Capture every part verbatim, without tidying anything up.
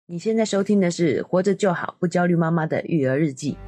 你现在收听的是《活着就好，不焦虑妈妈的育儿日记》。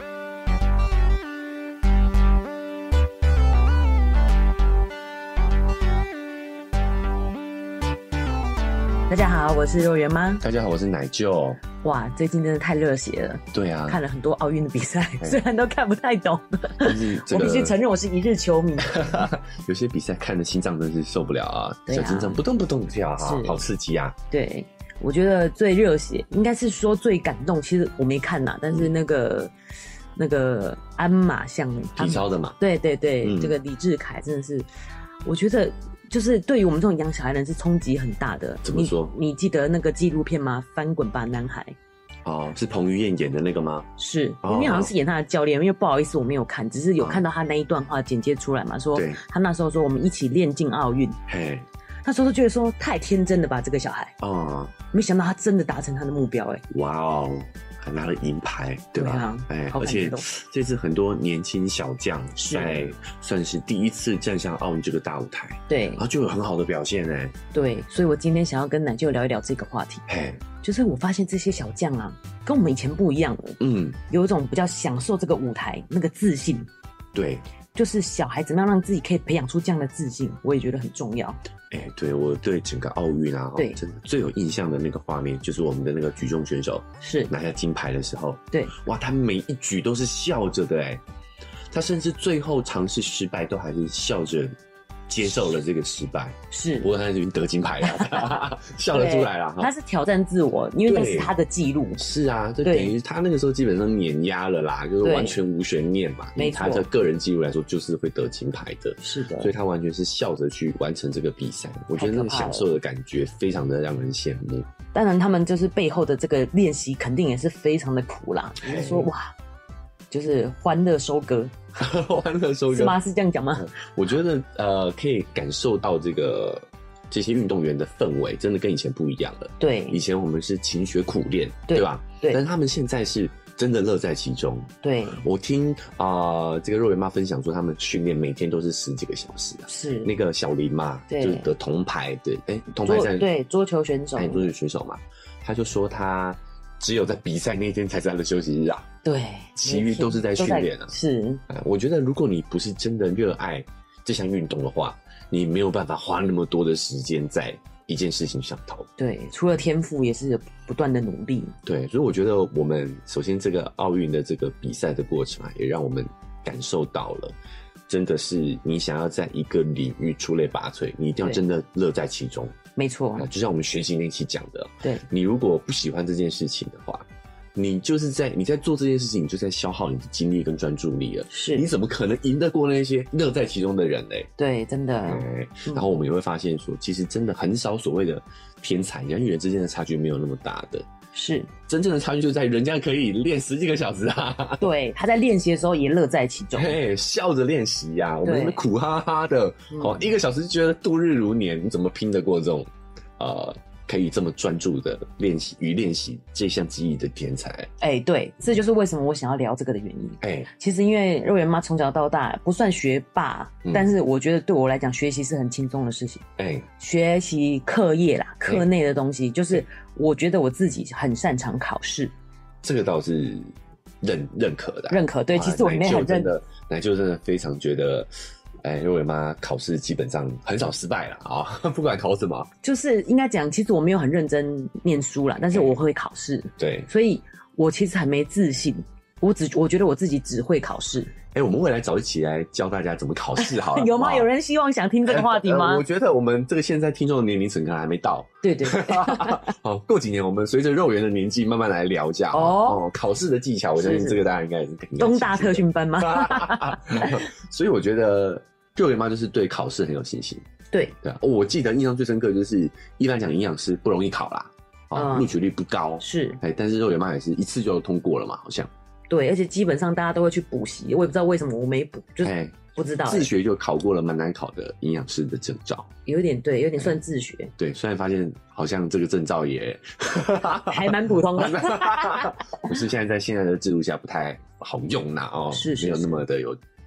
大家好，我是肉圆妈。 大家好，我是奶舅。 哇，最近真的太热血了。 对啊， 看了很多奥运的比赛，虽然都看不太懂， 但是、这个、 我必须承认我是一日球迷。 有些比赛看的心脏真是受不了啊， 对啊， 小心脏不动不动跳啊，好刺激啊。 对，我觉得最热血应该是说最感动，其实我没看呐，但是那个、嗯、那个鞍马项体操的嘛， 对对对、嗯，这个李智凯真的是，我觉得就是对于我们这种养小孩人是冲击很大的。 怎么说？ 你, 你记得那个纪录片吗？翻滚吧男孩。 哦，是彭于晏演的那个吗？ 是，里面好像是演他的教练，因为不好意思我没有看，只是有看到他那一段话剪接出来嘛，说他那时候说我们一起练进奥运。 嘿， 那时候就觉得说太天真了吧，这个小孩。哦，没想到他真的达成他的目标，哎， 哇哦，还拿了银牌，对吧？哎、啊，而且这次很多年轻小将在算是第一次站上奥运这个大舞台， 对， 然后就有很好的表现哎。 对，所以我今天想要跟奶舅聊一聊这个话题。 嘿， 就是我发现这些小将啊，跟我们以前不一样了。嗯，有一种比较享受这个舞台那个自信。对，就是小孩怎么样让自己可以培养出这样的自信，我也觉得很重要。 哎、欸，对，我对整个奥运啊，对，真的最有印象的那个画面，就是我们的那个举重选手是拿下金牌的时候，对，哇，他每一举都是笑着的，哎，他甚至最后尝试失败，都还是笑着接受了这个失败，是，不过他已经得金牌了，笑得出来了， 他是挑战自我，因为那是他的记录， 是啊，就等于他那个时候基本上碾压了啦，就是完全无悬念嘛，以他的个人记录来说，就是会得金牌的，是的，所以他完全是笑着去完成这个比赛，我觉得那个享受的感觉非常的让人羡慕。 当然，他们就是背后的这个练习，肯定也是非常的苦啦，就是说哇。就是欢乐收割， 欢乐收割是吗？是这样讲吗？ 我觉得呃，可以感受到这个这些运动员的氛围，真的跟以前不一样了。对，以前我们是勤学苦练， 对, 对吧？对，但是他们现在是真的乐在其中。对，我听啊、呃，这个肉圆妈分享说，他们训练每天都是十几个小时啊。是那个小林嘛，就是得铜牌，对，哎，铜牌在对桌球选手， 哎，桌球选手嘛，他就说他。只有在比赛那天才是他的休息日啊！对，其余都是在训练啊。是、呃，我觉得如果你不是真的热爱这项运动的话，你没有办法花那么多的时间在一件事情上头。对，除了天赋，也是不断的努力。对，所以我觉得我们首先这个奥运的这个比赛的过程啊，也让我们感受到了，真的是你想要在一个领域出类拔萃，你一定要真的乐在其中。没错，就像我们学习那期讲的，对，你如果不喜欢这件事情的话，你就是在你在做这件事情，你就在消耗你的精力跟专注力了。是，你怎么可能赢得过那些乐在其中的人嘞？对，真的。嗯、然后我们也会发现说，其实真的很少所谓的天才，人与人之间的差距没有那么大的。是，真正的差距就在于人家可以练十几个小时啊。对，他在练习的时候也乐在其中，嘿，笑着练习呀。我们苦哈哈的，哦、嗯，一个小时就觉得度日如年，你怎么拼得过这种呃可以这么专注的练习与练习这项技艺的天才？哎、欸，对，这就是为什么我想要聊这个的原因。哎、欸，其实因为肉圆妈从小到大不算学霸、嗯，但是我觉得对我来讲，学习是很轻松的事情。哎、欸，学习课业啦，课内的东西，欸、就是我觉得我自己很擅长考试。这个倒是认认可的、啊，认可。对，其实我没很认的，奶舅真的非常觉得。哎，肉圆妈考试基本上很少失败了啊，不管考什么，就是应该讲，其实我没有很认真念书啦，但是我会考试、嗯，对，所以我其实很没自信，我只我觉得我自己只会考试。哎、欸，我们未来早一起来教大家怎么考试好了，有吗？有人希望想听这个话题吗？欸呃、我觉得我们这个现在听众的年龄层可能还没到，对对对。好，过几年我们随着肉圆的年纪慢慢来聊一下哦, 哦，考试的技巧，我相信这个大家应该也是肯定。东大特训班吗？所以我觉得肉圆妈就是对考试很有信心。对对、哦，我记得印象最深刻就是一般讲营养师不容易考啦，啊、哦，录取率不高是，哎，但是肉圆妈也是一次就通过了嘛，好像。对，而且基本上大家都会去补习，我也不知道为什么我没补，就是不知道、欸、自学就考过了蛮难考的营养师的证照，有点对，有点算自学。对，虽然发现好像这个证照也还蛮普通的，不是现在在现在的制度下不太好用啦哦，是是是，没有那么的有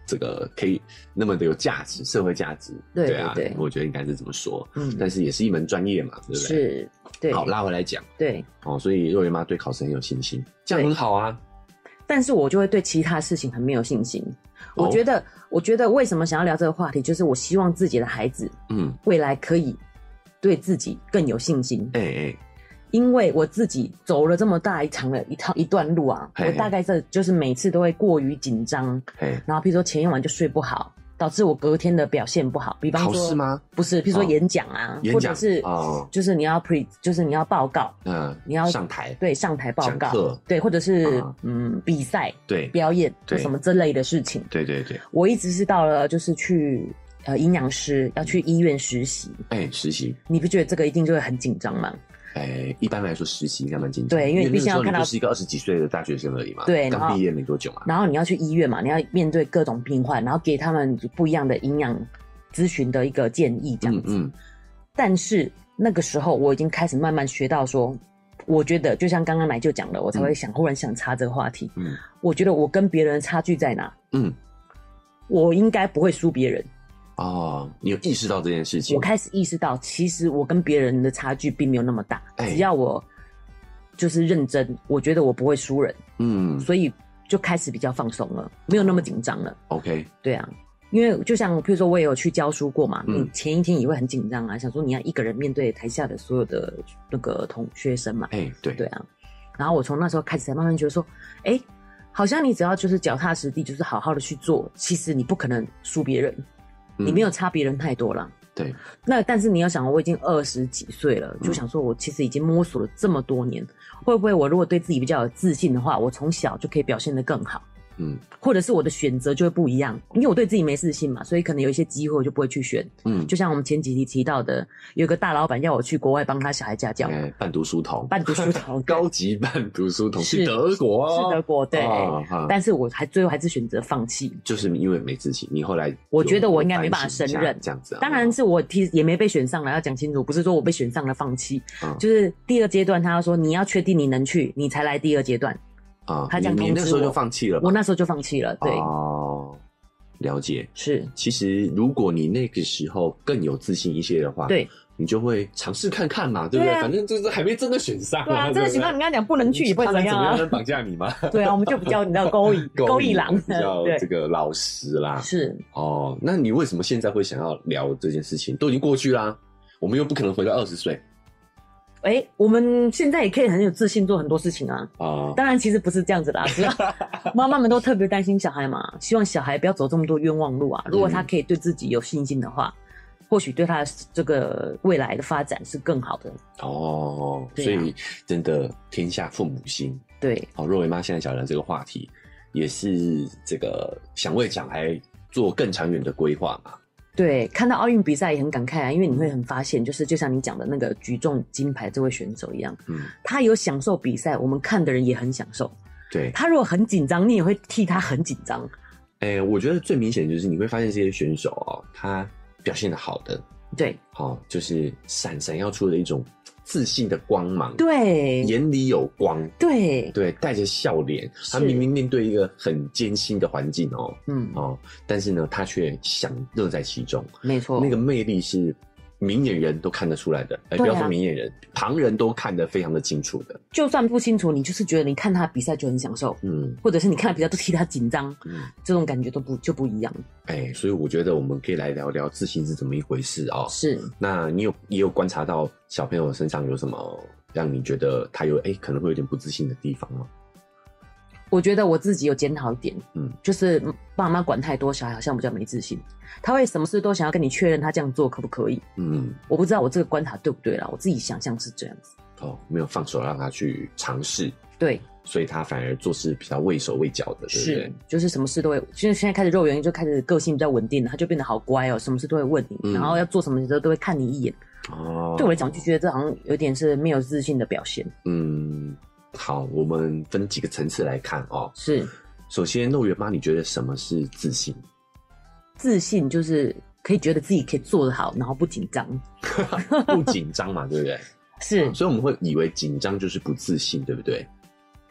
这个可以那么的有价值，社会价值。 对对啊， 对， 我觉得应该是这么说。嗯，但是也是一门专业嘛，对不对？ 是，对。 好，拉回来讲， 对， 哦，所以肉圆妈对考试很有信心，这样很好啊。 但是我就会对其他事情很没有信心。我觉得，哦、我觉得为什么想要聊这个话题，就是我希望自己的孩子，嗯，未来可以对自己更有信心。哎、欸、哎。欸因为我自己走了这么大一长的一趟一段路啊，嘿嘿我大概这就是每次都会过于紧张，然后譬如说前一晚就睡不好，导致我隔天的表现不好。比方说， 考试吗？ 不是，譬如说演讲啊，哦、或者是、哦、就是你要 pre， 就是你要报告，嗯，你要上台， 对，上台报告，对，或者是、哦、嗯比赛，对，表演，对什么这类的事情。 对对对， 我一直是到了就是去呃营养师要去医院实习， 哎、欸，实习， 你不觉得这个一定就会很紧张吗？ 哎、欸，一般来说实习应该蛮紧张， 对，因为你必须要看到， 你就是一个二十几岁的大学生而已嘛， 对， 刚毕业没多久嘛， 然后你要去医院嘛，你要面对各种病患，然后给他们不一样的营养咨询的一个建议，这样子。嗯嗯。但是那个时候我已经开始慢慢学到说，我觉得就像刚刚奶就讲的，我才会想、嗯、忽然想插这个话题。嗯，我觉得我跟别人的差距在哪？嗯，我应该不会输别人。 哦，你有意识到这件事情？ 我开始意识到，其实我跟别人的差距并没有那么大，欸、只要我就是认真，我觉得我不会输人。嗯，所以就开始比较放松了，没有那么紧张了。 OK， 对啊，因为就像譬如说我也有去教书过嘛，嗯、你前一天也会很紧张啊，想说你要一个人面对台下的所有的那个同学生嘛。哎、欸，对，对啊。然后我从那时候开始才慢慢觉得说，哎、欸，好像你只要就是脚踏实地，就是好好的去做，其实你不可能输别人。你没有差别人太多了， 对。 那但是你要想，我已经二十几岁了，就想说，我其实已经摸索了这么多年，会不会我如果对自己比较有自信的话，我从小就可以表现得更好？嗯，或者是我的选择就会不一样，因为我对自己没自信嘛，所以可能有一些机会我就不会去选。嗯，就像我们前几集提到的，有一个大老板要我去国外帮他小孩家教， 欸、半读书童， 半读书童， 高级半读书童是德国、哦， 是德国，对。哦、但是我还最后还是选择放弃， 就是因为没自信。你后来我觉得我应该没办法胜任这样子、啊， 当然是我其实也没被选上了，要讲清楚，不是说我被选上了放弃，嗯、就是第二阶段他说你要确定你能去，你才来第二阶段。 啊、他这样通知我，你那时候就放弃了吧？ 我那时候就放弃了，对。 哦，了解。 是， 其实如果你那个时候更有自信一些的话， 对， 你就会尝试看看嘛，对不对？啊、反正就是还没真的选上、啊， 对啊，真的选上，你跟他讲不能去，也不会怎么样啊， 能绑架你吗？ 对啊，我们就比较你知道勾引勾引狼， 比较这个老实啦。 是哦，那你为什么现在会想要聊这件事情？都已经过去啦，我们又不可能回到二十岁。 哎、欸，我们现在也可以很有自信做很多事情啊！啊、uh ，当然其实不是这样子啦，是妈妈们都特别担心小孩嘛，希望小孩不要走这么多冤枉路啊。如果他可以对自己有信心的话，嗯、或许对他这个未来的发展是更好的。 哦，啊、所以真的天下父母心。 对， 好，若维妈现在讲的这个话题，也是这个想为小孩做更长远的规划嘛。 对，看到奥运比赛也很感慨啊，因为你会很发现，就是就像你讲的那个举重金牌这位选手一样，嗯，他有享受比赛，我们看的人也很享受。 对， 他如果很紧张，你也会替他很紧张。 哎、欸，我觉得最明显就是你会发现这些选手哦，他表现的好的， 对， 好、哦、就是闪闪耀出的一种自信的光芒， 对， 眼里有光， 对对，带着笑脸，他明明面对一个很艰辛的环境哦，嗯哦，但是呢，他却享乐在其中， 没错， 那个魅力是明眼人都看得出来的，哎、啊，不要说明眼人，旁人都看得非常的清楚的。 就算不清楚，你就是觉得你看他比赛就很享受，嗯，或者是你看他比赛都替他紧张，嗯，这种感觉都不就不一样。 哎，所以我觉得我们可以来聊聊自信是怎么一回事哦。 是， 那你有也有观察到小朋友身上有什么让你觉得他有哎可能会有点不自信的地方吗？ 我觉得我自己有检讨一点，嗯，就是爸妈管太多，小孩好像比较没自信，他会什么事都想要跟你确认他这样做可不可以，嗯，我不知道我这个观察对不对啦，我自己想象是这样子。 哦，没有放手让他去尝试， 对， 所以他反而做事比较畏手畏脚的，对不对？ 是，就是什么事都会，现在现在开始肉圆就开始个性比较稳定了，他就变得好乖哦，什么事都会问你，嗯、然后要做什么事都会看你一眼。哦，对我来讲就觉得这好像有点是没有自信的表现。 嗯。好，我们分几个层次来看哦。 是， 首先，肉圆妈，你觉得什么是自信？ 自信就是可以觉得自己可以做得好，然后不紧张， 不紧张嘛，对不对？ 是、 哦，所以我们会以为紧张就是不自信，对不对？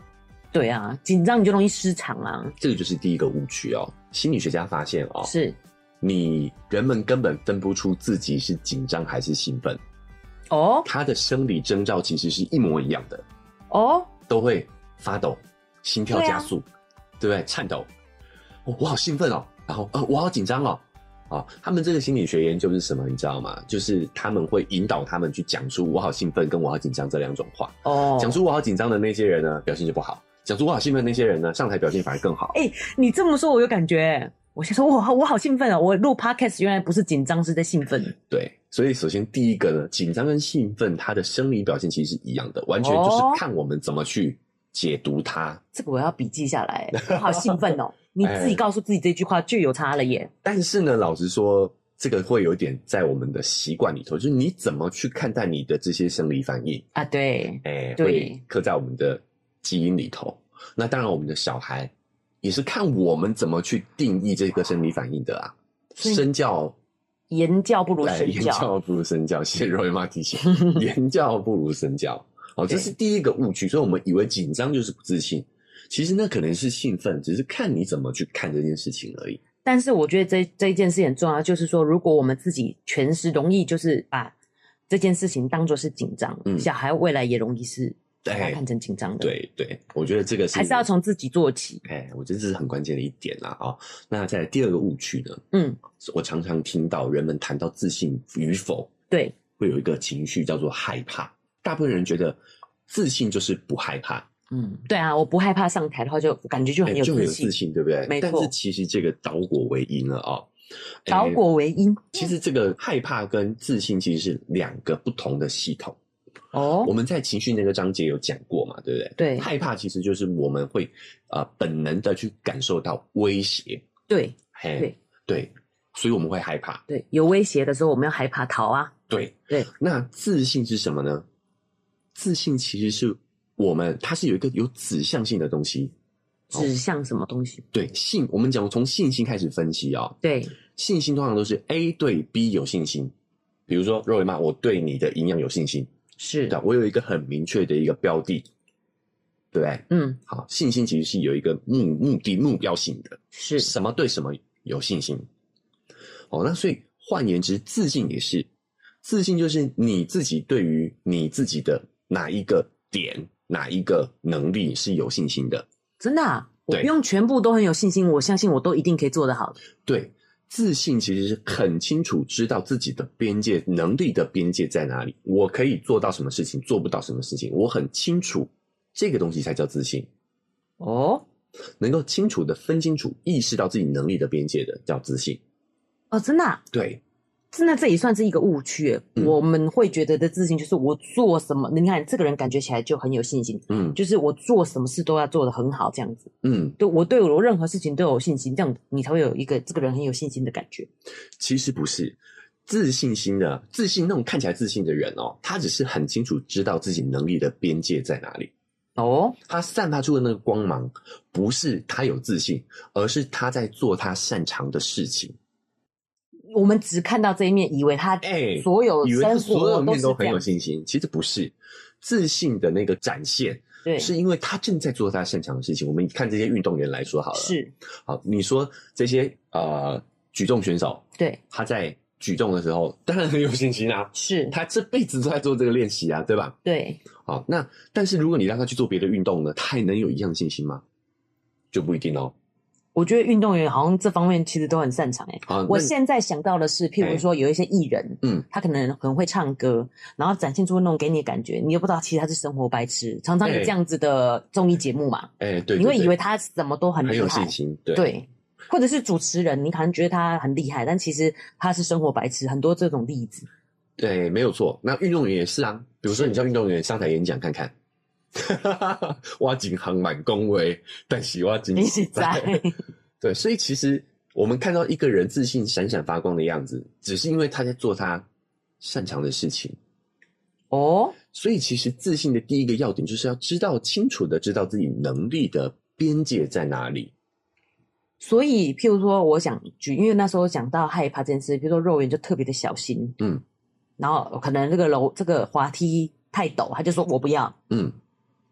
对啊，紧张你就容易失常啊。 这个就是第一个误区哦。心理学家发现哦， 是你人们根本分不出自己是紧张还是兴奋。哦，他的生理征兆其实是一模一样的。哦，都会发抖，心跳加速， 对,、啊、对不对？颤抖、哦，我好兴奋哦，然后呃，我好紧张哦。哦，他们这个心理学研究是什么？你知道吗？就是他们会引导他们去讲出我好兴奋跟我好紧张这两种话。哦，讲出我好紧张的那些人呢，表现就不好；讲出我好兴奋的那些人呢，上台表现反而更好。 哎、欸，你这么说我有感觉。我先说我好我好兴奋哦！我录 podcast 原来不是紧张，是在兴奋。 对，所以首先第一个呢，紧张跟兴奋，它的生理表现其实是一样的，完全就是看我们怎么去解读它。哦、 这个我要笔记下来。我好兴奋哦！你自己告诉自己这句话就有差了耶。 但是呢，老实说，这个会有点在我们的习惯里头，就是你怎么去看待你的这些生理反应啊？对， 哎，会刻在我们的基因里头。那当然，我们的小孩也是看我们怎么去定义这个生理反应的啊。身教言教不如身教， 言教不如身教。谢谢肉圆妈提醒，言教不如身教。好，这是第一个误区，所以我们以为紧张就是不自信。其实那可能是兴奋，只是看你怎么去看这件事情而已。 但是我觉得这这一件事很重要，就是说，如果我们自己诠释容易，就是把这件事情当作是紧张，嗯，小孩未来也容易是把它看成紧张的。 对对，我觉得这个是还是要从自己做起。 哎，我觉得这是很关键的一点啦啊、哦。那再来第二个误区呢？嗯，我常常听到人们谈到自信与否， 对， 会有一个情绪叫做害怕。大部分人觉得自信就是不害怕。 嗯，对啊，我不害怕上台的话，就感觉就很有自信， 欸、就很有自信，对不对？ 没错。 但是其实这个倒果为因了啊、哦， 倒果为因、欸。 其实这个害怕跟自信其实是两个不同的系统。哦，我们在情绪那个章节有讲过嘛，对不对？ 对， 害怕其实就是我们会呃本能的去感受到威胁。 对， 嘿，对对，所以我们会害怕。 对，有威胁的时候我们要害怕逃啊。 对对， 那自信是什么呢？自信其实是。我们它是有一个有指向性的东西， 指向什么东西？ 对，信我们讲从信心开始分析啊、哦。对，信心通常都是 A 对 B 有信心，比如说肉圆妈，我对你的营养有信心， 是的， 我有一个很明确的一个标的，对不对？嗯，好，信心其实是有一个目目的目标性的， 是什么对什么有信心。哦，那所以换言之，自信也是，自信就是你自己对于你自己的哪一个点。哪一个能力是有信心的？ 真的啊，我不用全部都很有信心，我相信我都一定可以做得好。 对，自信其实是很清楚知道自己的边界，能力的边界在哪里，我可以做到什么事情，做不到什么事情，我很清楚，这个东西才叫自信。哦，能够清楚的分清楚，意识到自己能力的边界的叫自信。 哦，真的啊？ 对。 那这也算是一个误区、嗯、我们会觉得的自信就是我做什么，你看这个人感觉起来就很有信心，嗯，就是我做什么事都要做得很好这样子，嗯，对，我对我任何事情都有信心，这样你才会有一个这个人很有信心的感觉。 其实不是，自信心的自信那种看起来自信的人哦，他只是很清楚知道自己能力的边界在哪里。哦，他散发出的那个光芒不是他有自信，而是他在做他擅长的事情。 我们只看到这一面，以为他所有生活、欸、以为所有面都很有信心，其实不是。自信的那个展现，对，是因为他正在做他擅长的事情。我们看这些运动员来说好了， 是好，你说这些呃举重选手， 对， 他在举重的时候当然很有信心啊， 是他这辈子都在做这个练习啊，对吧？ 对， 好，那但是如果你让他去做别的运动呢，他还能有一样信心吗？就不一定哦。 我觉得运动员好像这方面其实都很擅长诶、欸。我现在想到的是，譬如说有一些艺人，嗯，他可能很会唱歌，然后展现出那种给你的感觉，你又不知道其实他是生活白痴，常常有这样子的综艺节目嘛。 哎、欸，对， 你会以为他什么都很厉害， 很有信心，对， 对，或者是主持人，你可能觉得他很厉害，但其实他是生活白痴，很多这种例子。 对，没有错。那运动员也是啊，比如说你叫运动员上台演讲看看。我真行满恭维，但是我真实在。对，所以其实我们看到一个人自信闪闪发光的样子，只是因为他在做他擅长的事情。哦，所以其实自信的第一个要点就是要知道清楚的知道自己能力的边界在哪里。 所以，譬如说，我想举，因为那时候讲到害怕这件事，比如说肉圆就特别的小心，嗯，然后可能这个楼这个滑梯太陡，他就说我不要，嗯。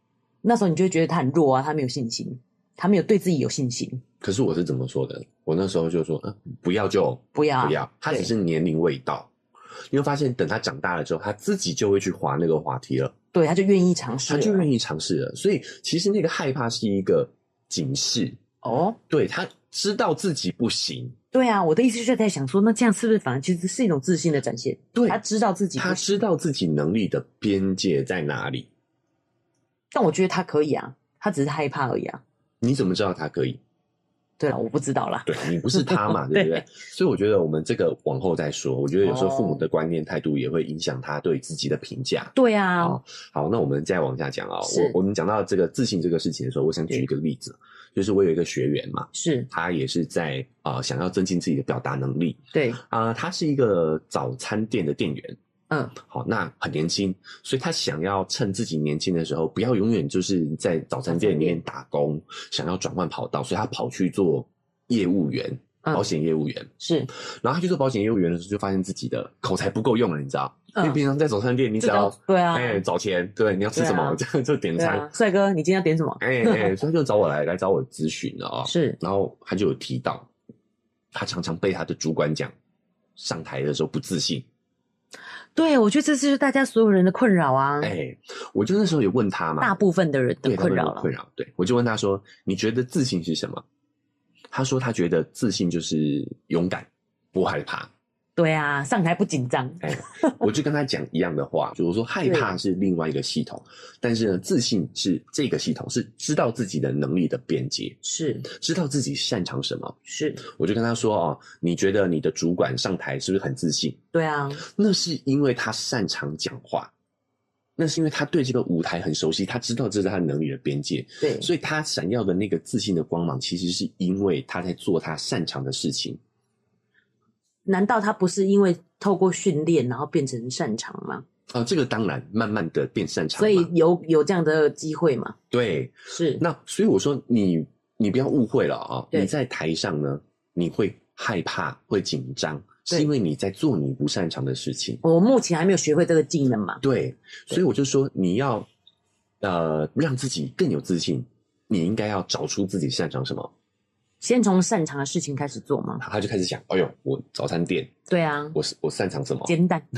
那时候你就会觉得他很弱啊，他没有信心，他没有对自己有信心。 可是我是怎么说的？我那时候就说，嗯，不要就不要不要，他只是年龄未到。你会发现，等他长大了之后，他自己就会去滑那个滑梯了。 对，他就愿意尝试， 他就愿意尝试了。所以其实那个害怕是一个警示哦，对，他知道自己不行。 对啊，我的意思就是在想说，那这样是不是反而其实是一种自信的展现？ 对， 他知道自己不行， 他知道自己能力的边界在哪里。 但我觉得他可以啊，他只是害怕而已啊。 你怎么知道他可以？ 对了，我不知道啦。 对，你不是他嘛，对不对？所以我觉得我们这个往后再说。我觉得有时候父母的观念态度也会影响他对自己的评价。 对啊。 好，好，那我们再往下讲啊、哦。我我们讲到这个自信这个事情的时候，我想举一个例子，就是我有一个学员嘛， 是他也是在啊、呃、想要增进自己的表达能力。 对啊、呃，他是一个早餐店的店员。嗯，好，那很年轻，所以他想要趁自己年轻的时候，不要永远就是在早餐店里面打工，想要转换跑道，所以他跑去做业务员，保险业务员、嗯、是。然后他去做保险业务员的时候，就发现自己的口才不够用了，你知道？嗯、因为平常在早餐店，你只要对啊， 哎、欸、找钱，对，你要吃什么，这样、啊、就点餐。 帅、啊、哥，你今天要点什么？ 哎哎、欸，所以他就找我来来找我咨询了啊、哦。 是， 然后他就有提到，他常常被他的主管讲，上台的时候不自信。 对，我觉得这是大家所有人的困扰啊。 哎、欸，我就那时候有问他嘛， 大部分的人的困扰了。 困扰，对，我就问他说：“你觉得自信是什么？”他说：“他觉得自信就是勇敢，不害怕。” 对啊，上台不紧张。 哎、欸，我就跟他讲一样的话，就是说害怕是另外一个系统，但是呢，自信是这个系统，是知道自己的能力的边界， 是知道自己擅长什么。 是， 我就跟他说：“哦，你觉得你的主管上台是不是很自信？” 对啊， 那是因为他擅长讲话，那是因为他对这个舞台很熟悉，他知道这是他能力的边界。 对， 所以他闪耀的那个自信的光芒，其实是因为他在做他擅长的事情。 难道他不是因为透过训练然后变成擅长吗？ 啊、呃，这个当然慢慢的变擅长， 所以有有这样的机会嘛？ 对， 是。 那所以我说你你不要误会了啊、哦！你在台上呢，你会害怕会紧张，是因为你在做你不擅长的事情。 我目前还没有学会这个技能嘛？ 对，所以我就说你要呃让自己更有自信，你应该要找出自己擅长什么。 先从擅长的事情开始做吗？ 他就开始想，哎呦，我早餐店， 对啊， 我我擅长什么？ 煎蛋。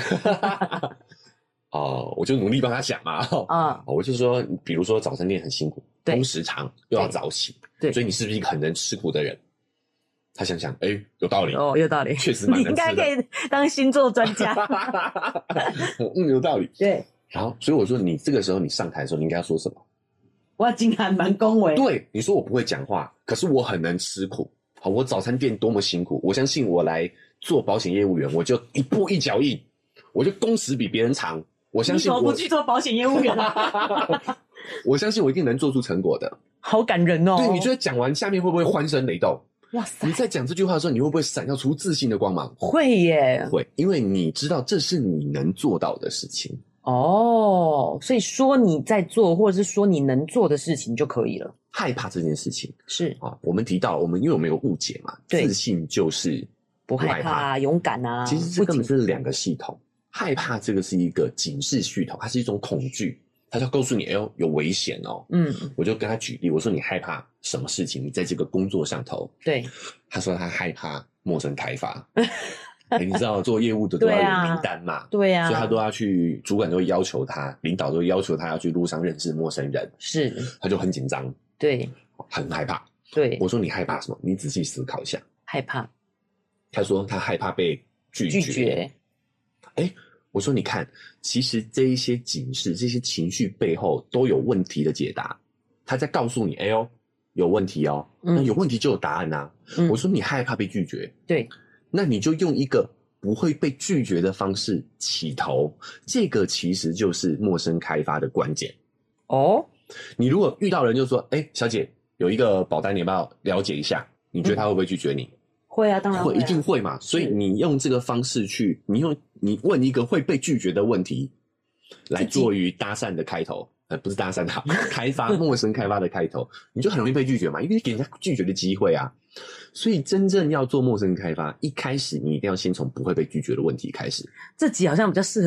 哦，我就努力帮他想嘛。啊、嗯，我就说，比如说早餐店很辛苦，工时长，又要早起，对，所以你是不是一个很能吃苦的人？他想想，哎、欸，有道理哦，有道理， 确实蛮能吃的。 你应该可以当星座专家。 嗯，有道理。 对， 然后，所以我说，你这个时候你上台的时候，你应该要说什么？ 我要金喊蛮恭维。 对，你说我不会讲话，可是我很能吃苦。好，我早餐店多么辛苦，我相信我来做保险业务员，我就一步一脚印，我就工时比别人长。我相信我。 你怎么不去做保险业务员啊？ 我相信我一定能做出成果的。 好感人哦！ 对，你觉得讲完下面会不会欢声雷动？ 哇塞！ 你在讲这句话的时候，你会不会闪耀出自信的光芒？ 会耶， 会，因为你知道这是你能做到的事情。 哦，所以说你在做，或者是说你能做的事情就可以了。 害怕这件事情是啊，我们提到我们因为我们有误解嘛，自信就是不害怕、啊、勇敢啊。 其实这根本是两个系统，害怕这个是一个警示系统，它是一种恐惧，它就要告诉你，哎呦有危险哦。嗯，我就跟他举例，我说你害怕什么事情？你在这个工作上头， 对， 他说他害怕陌生开发。欸、你知道做业务的都要有名单嘛？ 对呀、啊， 所以他都要去，主管都会要求他，领导都会要求他要去路上认识陌生人， 是， 他就很紧张， 对， 很害怕。 对， 我说你害怕什么？你仔细思考一下。 害怕。 他说他害怕被拒绝。 拒绝。 欸，我说你看，其实这一些警示、这些情绪背后都有问题的解答，他在告诉你，哎呦，有问题哦，嗯、那有问题就有答案啊。嗯、我说你害怕被拒绝， 对。 那你就用一个不会被拒绝的方式起头，这个其实就是陌生开发的关键哦。你如果遇到人就说：“哎、欸，小姐，有一个保单，你要不要了解一下？”你觉得他会不会拒绝你？嗯、 会啊，当然会、啊， 会，一定会嘛。所以你用这个方式去，你用你问一个会被拒绝的问题，来作于搭讪的开头，呃，不是搭讪好，开发陌生开发的开头，你就很容易被拒绝嘛，因为你给人家拒绝的机会啊。所以真正要做陌生开发，一开始你一定要先从不会被拒绝的问题开始。 这集好像比较适合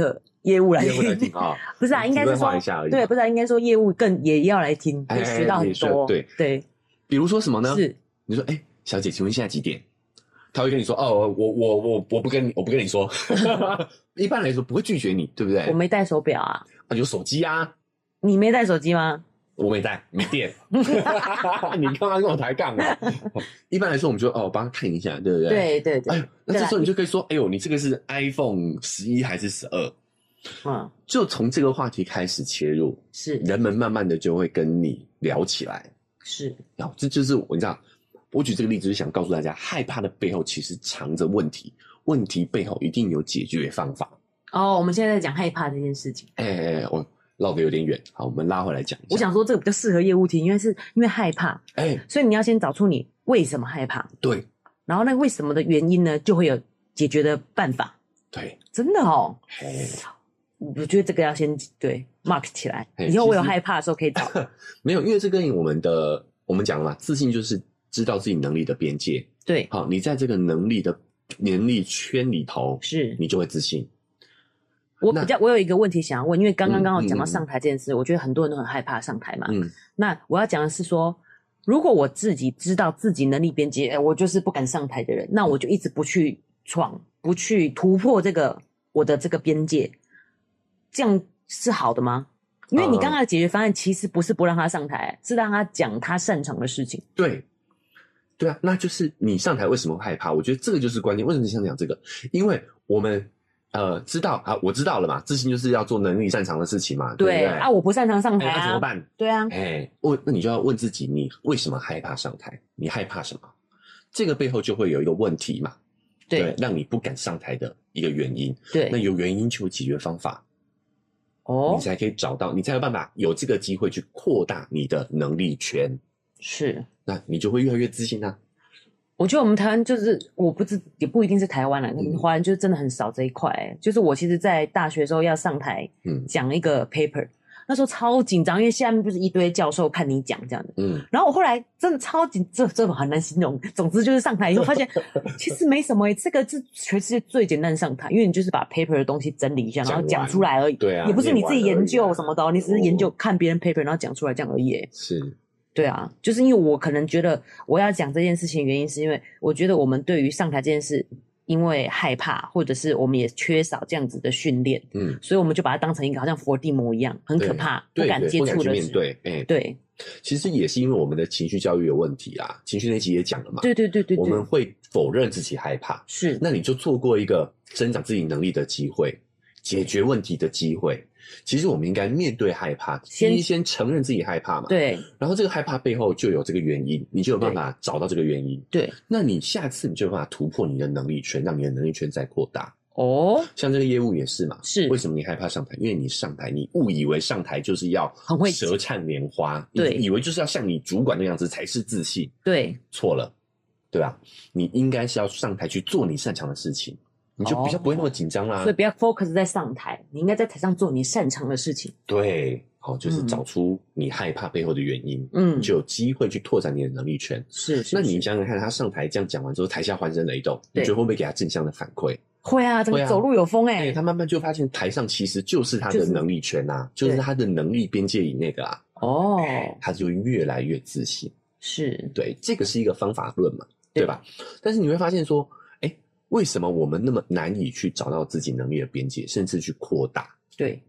业务来听， 业务来听啊， 不是啊，应该是说对，不是、啊，应该说业务更也要来听，可以学到很多。 对对， 比如说什么呢？ 是你说，哎、欸，小姐，请问现在几点？他会跟你说，哦，我我我我不跟你，我不跟你说。一般来说不会拒绝你，对不对？ 我没带手表啊， 啊，有手机啊。 你没带手机吗？ 我没带，没电。你干嘛跟我抬杠啊？一般来说，我们就哦，帮他看一下，对不对？ 对对对。 哎呦，那这时候你就可以说，哎呦，你这个是 iPhone 十一还是十二？嗯，就从这个话题开始切入， 是人们慢慢的就会跟你聊起来。 是， 然后这就是我你知道，我举这个例子是想告诉大家，害怕的背后其实藏着问题，问题背后一定有解决方法。 哦，我们现在在讲害怕这件事情。 哎哎哎，我绕得有点远，好，我们拉回来讲一下。 我想说这个比较适合业务听，因为是因为害怕，哎、欸，所以你要先找出你为什么害怕， 对， 然后那个为什么的原因呢，就会有解决的办法。 对， 真的哦。 哎， 我觉得这个要先对 mark 起来，以后我有害怕的时候可以找。 没有，因为这跟我们的我们讲了嘛，自信就是知道自己能力的边界。 对， 好，你在这个能力的能力圈里头， 是你就会自信。 我比较，我有一个问题想要问，因为刚刚刚好讲到上台这件事，嗯嗯嗯，我觉得很多人都很害怕上台嘛。嗯，那我要讲的是说，如果我自己知道自己能力边界，我就是不敢上台的人，那我就一直不去闯，不去突破这个我的这个边界，这样是好的吗？因为你刚刚的解决方案其实不是不让他上台，是让他讲他擅长的事情。 对，对啊，那就是你上台为什么会害怕？我觉得这个就是关键。为什么你想讲这个？因为我们。呃，知道啊，我知道了嘛。自信就是要做能力擅长的事情嘛，对, 对不对？ 啊，我不擅长上台啊， 那、欸、怎么办？ 对啊， 哎、欸，问那你就要问自己，你为什么害怕上台？你害怕什么？这个背后就会有一个问题嘛，对，对让你不敢上台的一个原因。 对， 那有原因就有解决方法，哦，你才可以找到，你才有办法有这个机会去扩大你的能力圈。 是， 那你就会越来越自信啊。 我觉得我们台湾就是，我不知也不一定是台湾啦，嗯、华人就真的很少这一块、欸。就是我其实，在大学的时候要上台讲一个 paper，、嗯、那时候超紧张，因为下面不是一堆教授看你讲这样的。嗯，然后我后来真的超紧，这这很难形容。总之就是上台以后发现，其实没什么、欸，这个是全世界最简单上台，因为你就是把 paper 的东西整理一下，然后讲出来而已。 对啊， 也不是你自己研究什么的，你只是研究看别人 paper， 然后讲出来这样而已、欸。 是。 对啊，就是因为我可能觉得我要讲这件事情的原因，是因为我觉得我们对于上台这件事，因为害怕，或者是我们也缺少这样子的训练，嗯，所以我们就把它当成一个好像伏地魔一样，很可怕，不敢接触的面对，哎、欸， 对， 其实也是因为我们的情绪教育有问题啦，情绪那集也讲了嘛， 对对对 对, 對， 我们会否认自己害怕， 是， 那你就错过一个增长自己能力的机会，解决问题的机会。其实我们应该面对害怕，先先承认自己害怕嘛。 对。 然后这个害怕背后就有这个原因，你就有办法找到这个原因。 对。 那你下次你就有办法突破你的能力圈，让你的能力圈再扩大。 哦。 像这个业务也是嘛。 是。 为什么你害怕上台？因为你上台，你误以为上台就是要很会舌灿莲花， 对， 以为就是要像你主管那样子才是自信。 对。 错了，对吧？你应该是要上台去做你擅长的事情。你就比较不会那么紧张啦、 哦，所以不要 focus 在上台，你应该在台上做你擅长的事情。 对，好，就是找出你害怕背后的原因，嗯，你就有机会去拓展你的能力圈。 是, 是， 那你想想看，他上台这样讲完之后，台下欢声雷动，你觉得会不会给他正向的反馈？ 会啊，怎么走路有风哎、欸欸？他慢慢就发现台上其实就是他的能力圈啊，就是、就是他的能力边界以内的啊。 哦， 他就越来越自信。 是， 对，这个是一个方法论嘛， 对, 对吧？但是你会发现说。为什么我们那么难以去找到自己能力的边界，甚至去扩大？ 对。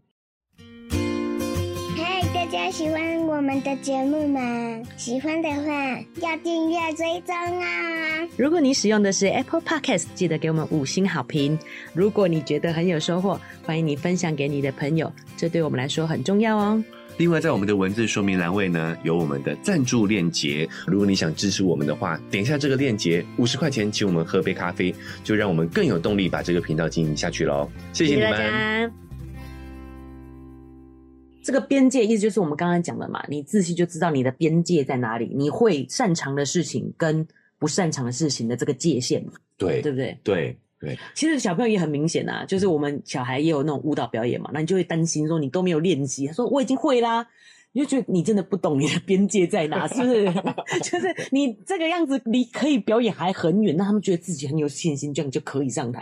嗨，大家喜欢我们的节目吗？喜欢的话要订阅追踪啊！ 如果你使用的是 Apple Podcast， 记得给我们五星好评。如果你觉得很有收获，欢迎你分享给你的朋友，这对我们来说很重要哦。 另外在我们的文字说明栏位呢，有我们的赞助链接，如果你想支持我们的话，点一下这个链接，五十块钱请我们喝杯咖啡，就让我们更有动力把这个频道经营下去咯。谢谢你们。 谢谢大家。这个边界意思就是我们刚刚讲的嘛，你自信就知道你的边界在哪里，你会擅长的事情跟不擅长的事情的这个界限， 对， 对不对？ 对对， 其实小朋友也很明显啊，就是我们小孩也有那种舞蹈表演嘛，那你就会担心说你都没有练习，他说我已经会啦，你就觉得你真的不懂你的边界在哪，是不是？就是你这个样子离可以表演还很远，那他们觉得自己很有信心，这样就可以上台、欸。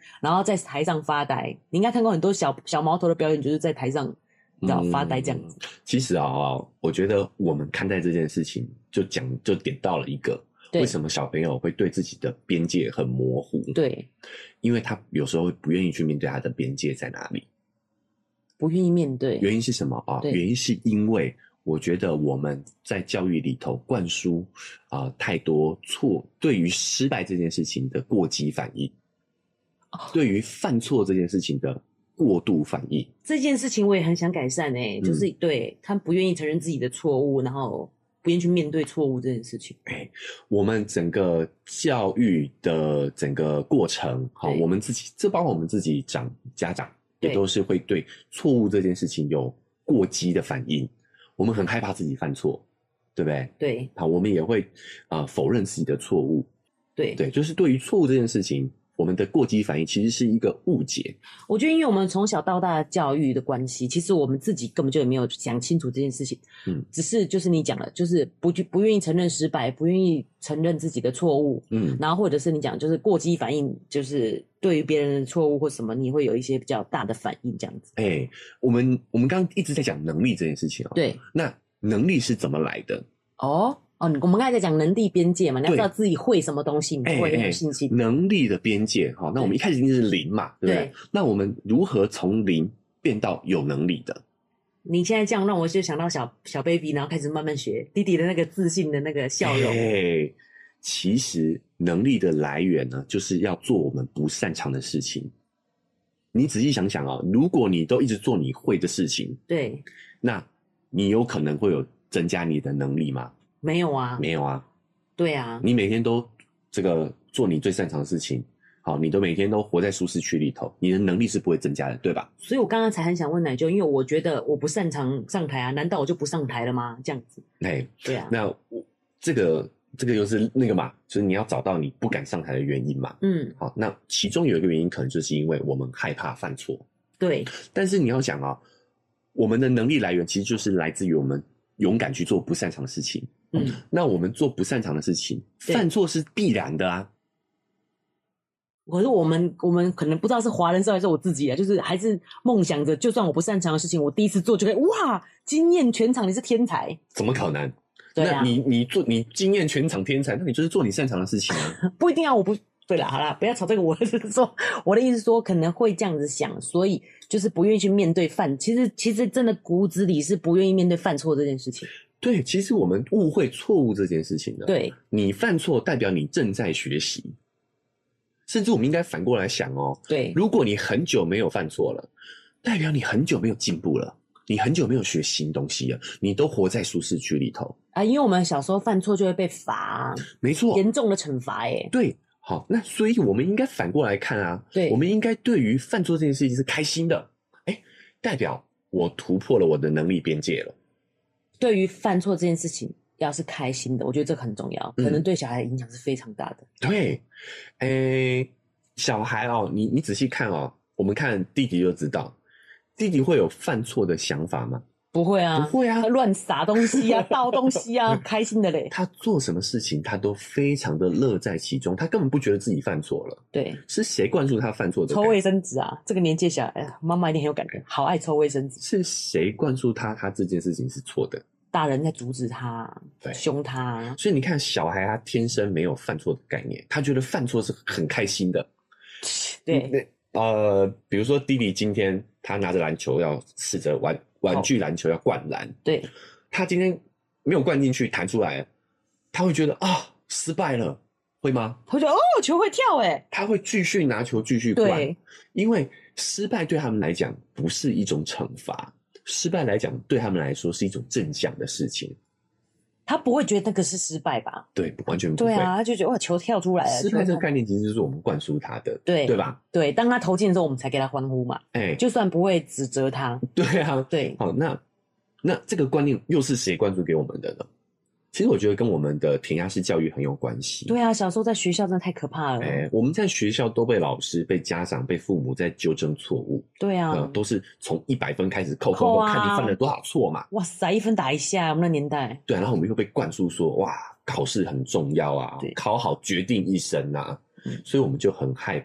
然后在台上发呆。你应该看过很多小小毛头的表演，就是在台上你知道、嗯、发呆这样子。 其实啊，我觉得我们看待这件事情，就讲就点到了一个。为什么小朋友会对自己的边界很模糊？ 对， 因为他有时候不愿意去面对他的边界在哪里， 不愿意面对。 原因是什么啊？原因是因为我觉得我们在教育里头灌输啊、呃、太多错，对于失败这件事情的过激反应，哦、对于犯错这件事情的过度反应。 这件事情我也很想改善诶、欸嗯，就是对他不愿意承认自己的错误，然后。不愿意去面对错误这件事情。 哎，我们整个教育的整个过程，好，我们自己，这包括我们自己长家长，也都是会对错误这件事情有过激的反应。我们很害怕自己犯错，对不对？ 对。 好，我们也会啊、呃、否认自己的错误。 对对，就是对于错误这件事情。我们的过激反应其实是一个误解。 我觉得因为我们从小到大的教育的关系，其实我们自己根本就也没有想清楚这件事情。嗯，只是就是你讲的，就是不不愿意承认失败，不愿意承认自己的错误。嗯，然后或者是你讲就是过激反应，就是对于别人的错误或什么，你会有一些比较大的反应这样子。 哎、欸，我们我们刚刚一直在讲能力这件事情哦。 对， 那能力是怎么来的？ 哦。哦，我们刚才在讲能力边界嘛，你要知道自己会什么东西，你会很有信心。 欸欸、能力的边界，好，那我们一开始一定是零嘛，对不对？对，那我们如何从零变到有能力的？ 你现在这样让我就想到小小 baby， 然后开始慢慢学弟弟的那个自信的那个笑容。 欸、其实能力的来源呢，就是要做我们不擅长的事情。你仔细想想啊、哦，如果你都一直做你会的事情， 对， 那你有可能会有增加你的能力吗？ 没有啊， 没有啊， 对啊， 你每天都这个做你最擅长的事情，好，你都每天都活在舒适区里头，你的能力是不会增加的，对吧？ 所以我刚刚才很想问奶舅，因为我觉得我不擅长上台啊，难道我就不上台了吗？这样子， 哎， 对啊， 那我这个这个又是那个嘛，就是你要找到你不敢上台的原因嘛，嗯，好，那其中有一个原因可能就是因为我们害怕犯错， 对， 但是你要想啊，我们的能力来源其实就是来自于我们勇敢去做不擅长的事情。嗯，那我们做不擅长的事情，犯错是必然的啊。 可是我们我们可能不知道是华人社会还是我自己啊，就是还是梦想着，就算我不擅长的事情，我第一次做就可以哇，惊艳全场，你是天才？ 怎么可能？ 对啊， 那你你做你惊艳全场天才，那你就是做你擅长的事情啊。 不一定啊，我不对啦，好啦，不要吵这个。我是说，我的意思是说，可能会这样子想，所以就是不愿意去面对犯。其实其实真的骨子里是不愿意面对犯错这件事情。 对，其实我们误会错误这件事情的。 对， 你犯错代表你正在学习，甚至我们应该反过来想哦。 对， 如果你很久没有犯错了，代表你很久没有进步了，你很久没有学新东西了，你都活在舒适区里头啊。因为我们小时候犯错就会被罚， 没错， 严重的惩罚耶。 对，好，那所以我们应该反过来看啊。 对， 我们应该对于犯错这件事情是开心的，哎，代表我突破了我的能力边界了。 对于犯错这件事情，要是开心的，我觉得这个很重要，可能对小孩的影响是非常大的。 嗯、对，诶，小孩哦，你你仔细看哦，我们看弟弟就知道，弟弟会有犯错的想法吗？ 不会啊， 不会啊， 他乱撒东西啊，倒东西啊，开心的嘞。 他做什么事情，他都非常的乐在其中，他根本不觉得自己犯错了。 对， 是谁灌输他犯错的？ 抽卫生纸啊，这个年纪小孩，妈妈一定很有感觉，好爱抽卫生纸。 是谁灌输他，他这件事情是错的？ 大人在阻止他，对，凶他。 所以你看，小孩他天生没有犯错的概念，他觉得犯错是很开心的。 对， 呃，比如说弟弟今天他拿着篮球要试着玩玩具篮球要灌篮， 对，他今天没有灌进去，弹出来，他会觉得啊失败了，会吗？ 会觉得哦球会跳哎， 他会继续拿球继续灌， 对， 因为失败对他们来讲不是一种惩罚。失败来讲，对他们来说是一种正向的事情。 他不会觉得那个是失败吧？ 对，完全不会。 对啊，他就觉得哇，球跳出来了。 失败这个概念其实就是我们灌输他的， 对对吧？ 对，当他投进的时候，我们才给他欢呼嘛。哎、欸，就算不会指责他。 对啊， 对。 好，那那这个观念又是谁灌输给我们的呢？其实我觉得跟我们的填鸭式教育很有关系。 对啊，小时候在学校真的太可怕了。 哎、欸，我们在学校都被老师、被家长、被父母在纠正错误。 对啊， 呃、都是从一百分开始扣扣扣，啊、看你犯了多少错嘛。 哇塞，一分打一下，我们那年代。 对，然后我们又被灌输说，哇，考试很重要啊，考好决定一生啊，嗯、所以我们就很害怕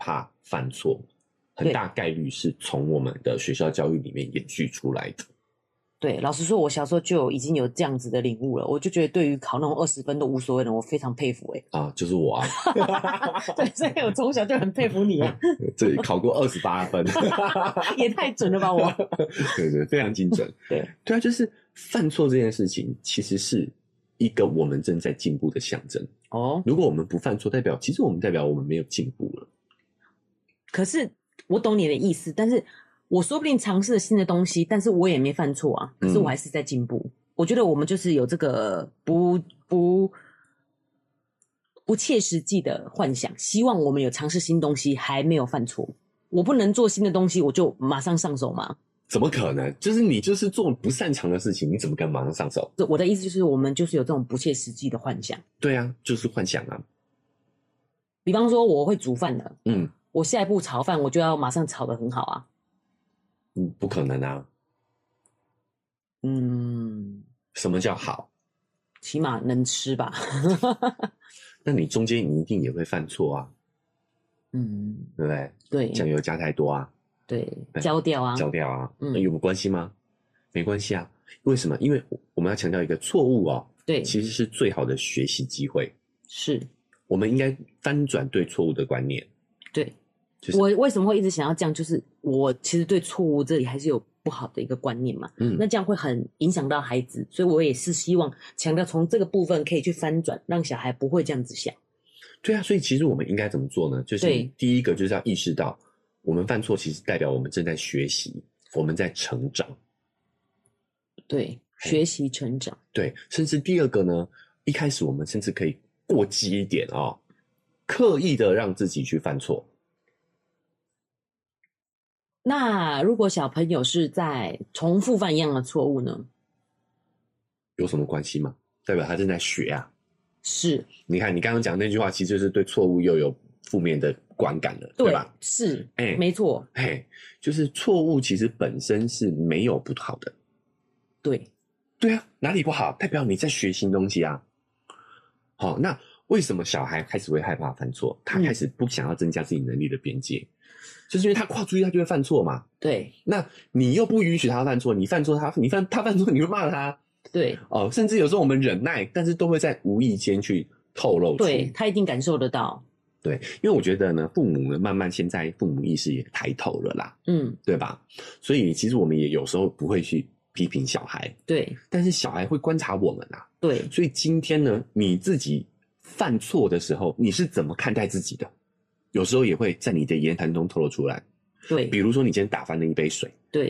犯错，很大概率是从我们的学校教育里面延续出来的。 对，老实说，我小时候就已经有这样子的领悟了。我就觉得，对于考那种二十分都无所谓的，我非常佩服、欸。哎， 啊，就是我啊。 对，所以我从小就很佩服你啊。 对，考过二十八分， 也太准了吧我。 对对，非常精准。 对对啊，就是犯错这件事情，其实是一个我们正在进步的象征。哦，如果我们不犯错，代表其实我们代表我们没有进步了。 可是我懂你的意思，但是。我说不定尝试了新的东西，但是我也没犯错啊，可是我还是在进步。嗯、我觉得我们就是有这个不不不切实际的幻想，希望我们有尝试新东西，还没有犯错。我不能做新的东西，我就马上上手吗？ 怎么可能？就是你就是做不擅长的事情，你怎么敢马上上手？ 我的意思就是，我们就是有这种不切实际的幻想。 对啊，就是幻想啊。 比方说，我会煮饭的，嗯，我下一步炒饭，我就要马上炒得很好啊。 嗯，不可能啊。 嗯， 什么叫好？ 起码能吃吧。 那你中间你一定也会犯错啊。嗯，对不对？ 对， 酱油加太多啊。 对，焦掉啊， 焦掉啊。嗯，有没有关系吗？没关系啊。为什么？因为我们要强调一个错误哦。 对， 其实是最好的学习机会。 是， 我们应该翻转对错误的观念。 对。就是、我为什么会一直想要这样？就是我其实对错误这里还是有不好的一个观念嘛，嗯，那这样会很影响到孩子，所以我也是希望强调从这个部分可以去翻转，让小孩不会这样子想。 对啊，所以其实我们应该怎么做呢？就是第一个就是要意识到，我们犯错其实代表我们正在学习，我们在成长。 对，学习成长。 对，甚至第二个呢，一开始我们甚至可以过激一点哦，刻意的让自己去犯错。 那如果小朋友是在重复犯一样的错误呢？ 有什么关系吗？代表他正在学啊。 是。 你看你刚刚讲那句话，其实就是对错误又有负面的观感了， 对, 对吧？ 是，哎、欸，没错。 哎、欸，就是错误其实本身是没有不好的。 对。 对啊，哪里不好？代表你在学新东西啊。好，那为什么小孩开始会害怕犯错？他开始不想要增加自己能力的边界。嗯，就是因为他跨出去，他就会犯错嘛。 对， 那你又不允许他犯错，你犯错他，你犯他犯错，你会骂他。 对， 哦，甚至有时候我们忍耐，但是都会在无意间去透露出。 对，他一定感受得到。 对，因为我觉得呢，父母呢，慢慢现在父母意识也抬头了啦，嗯，对吧？所以其实我们也有时候不会去批评小孩， 对， 但是小孩会观察我们啊， 对。 所以今天呢，你自己犯错的时候，你是怎么看待自己的？有时候也会在你的言谈中透露出来。 对， 比如说你今天打翻了一杯水， 对，